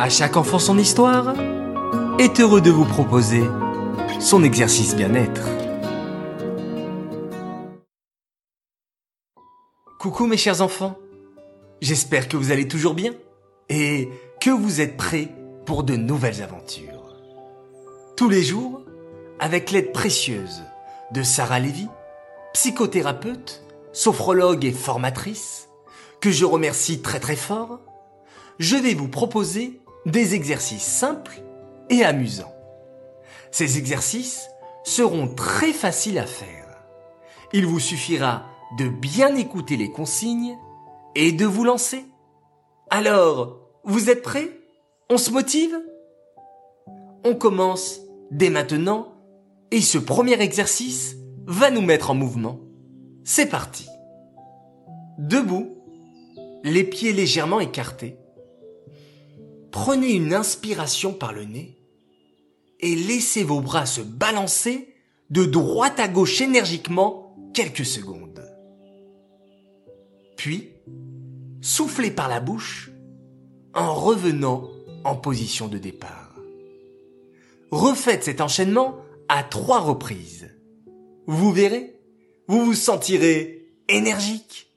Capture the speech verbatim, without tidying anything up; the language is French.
À chaque enfant son histoire est heureux de vous proposer son exercice bien-être. Coucou mes chers enfants, j'espère que vous allez toujours bien et que vous êtes prêts pour de nouvelles aventures. Tous les jours, avec l'aide précieuse de Sarah Lévy, psychothérapeute, sophrologue et formatrice, que je remercie très très fort, je vais vous proposer des exercices simples et amusants. Ces exercices seront très faciles à faire. Il vous suffira de bien écouter les consignes et de vous lancer. Alors, vous êtes prêts? On se motive? On commence dès maintenant et ce premier exercice va nous mettre en mouvement. C'est parti. Debout, les pieds légèrement écartés. Prenez une inspiration par le nez et laissez vos bras se balancer de droite à gauche énergiquement quelques secondes. Puis, soufflez par la bouche en revenant en position de départ. Refaites cet enchaînement à trois reprises. Vous verrez, vous vous sentirez énergique,